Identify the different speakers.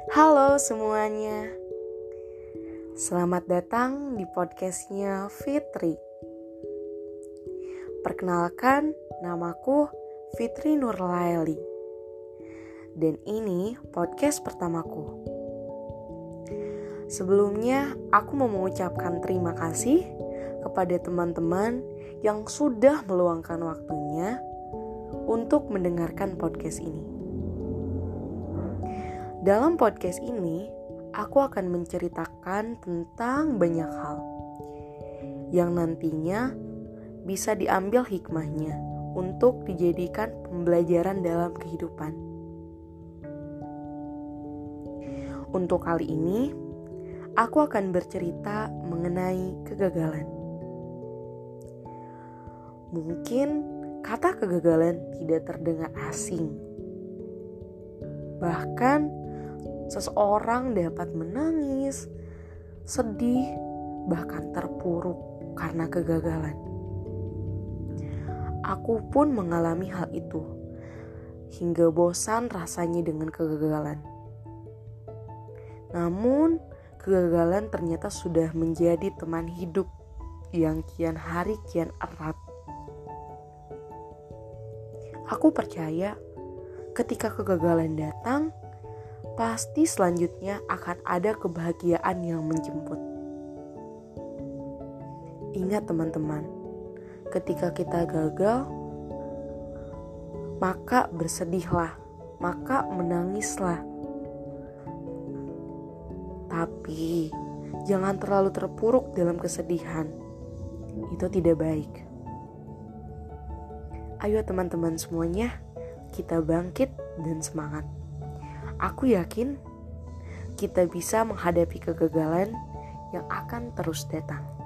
Speaker 1: Halo semuanya, selamat datang di podcastnya Fitri. Perkenalkan, namaku Fitri Nurlaili. Dan ini podcast pertamaku. Sebelumnya, aku mau mengucapkan terima kasih kepada teman-teman yang sudah meluangkan waktunya untuk mendengarkan podcast ini. Dalam podcast ini, aku akan menceritakan tentang banyak hal yang nantinya bisa diambil hikmahnya untuk dijadikan pembelajaran dalam kehidupan. Untuk kali ini, aku akan bercerita mengenai kegagalan. Mungkin kata kegagalan tidak terdengar asing. Bahkan seseorang dapat menangis, sedih, bahkan terpuruk karena kegagalan. Aku pun mengalami hal itu, hingga bosan rasanya dengan kegagalan. Namun, kegagalan ternyata sudah menjadi teman hidup yang kian hari kian erat. Aku percaya ketika kegagalan datang, pasti selanjutnya akan ada kebahagiaan yang menjemput. Ingat teman-teman, ketika kita gagal, maka bersedihlah, maka menangislah. Tapi jangan terlalu terpuruk dalam kesedihan. Itu tidak baik. Ayo teman-teman semuanya, kita bangkit dan semangat. Aku yakin kita bisa menghadapi kegagalan yang akan terus datang.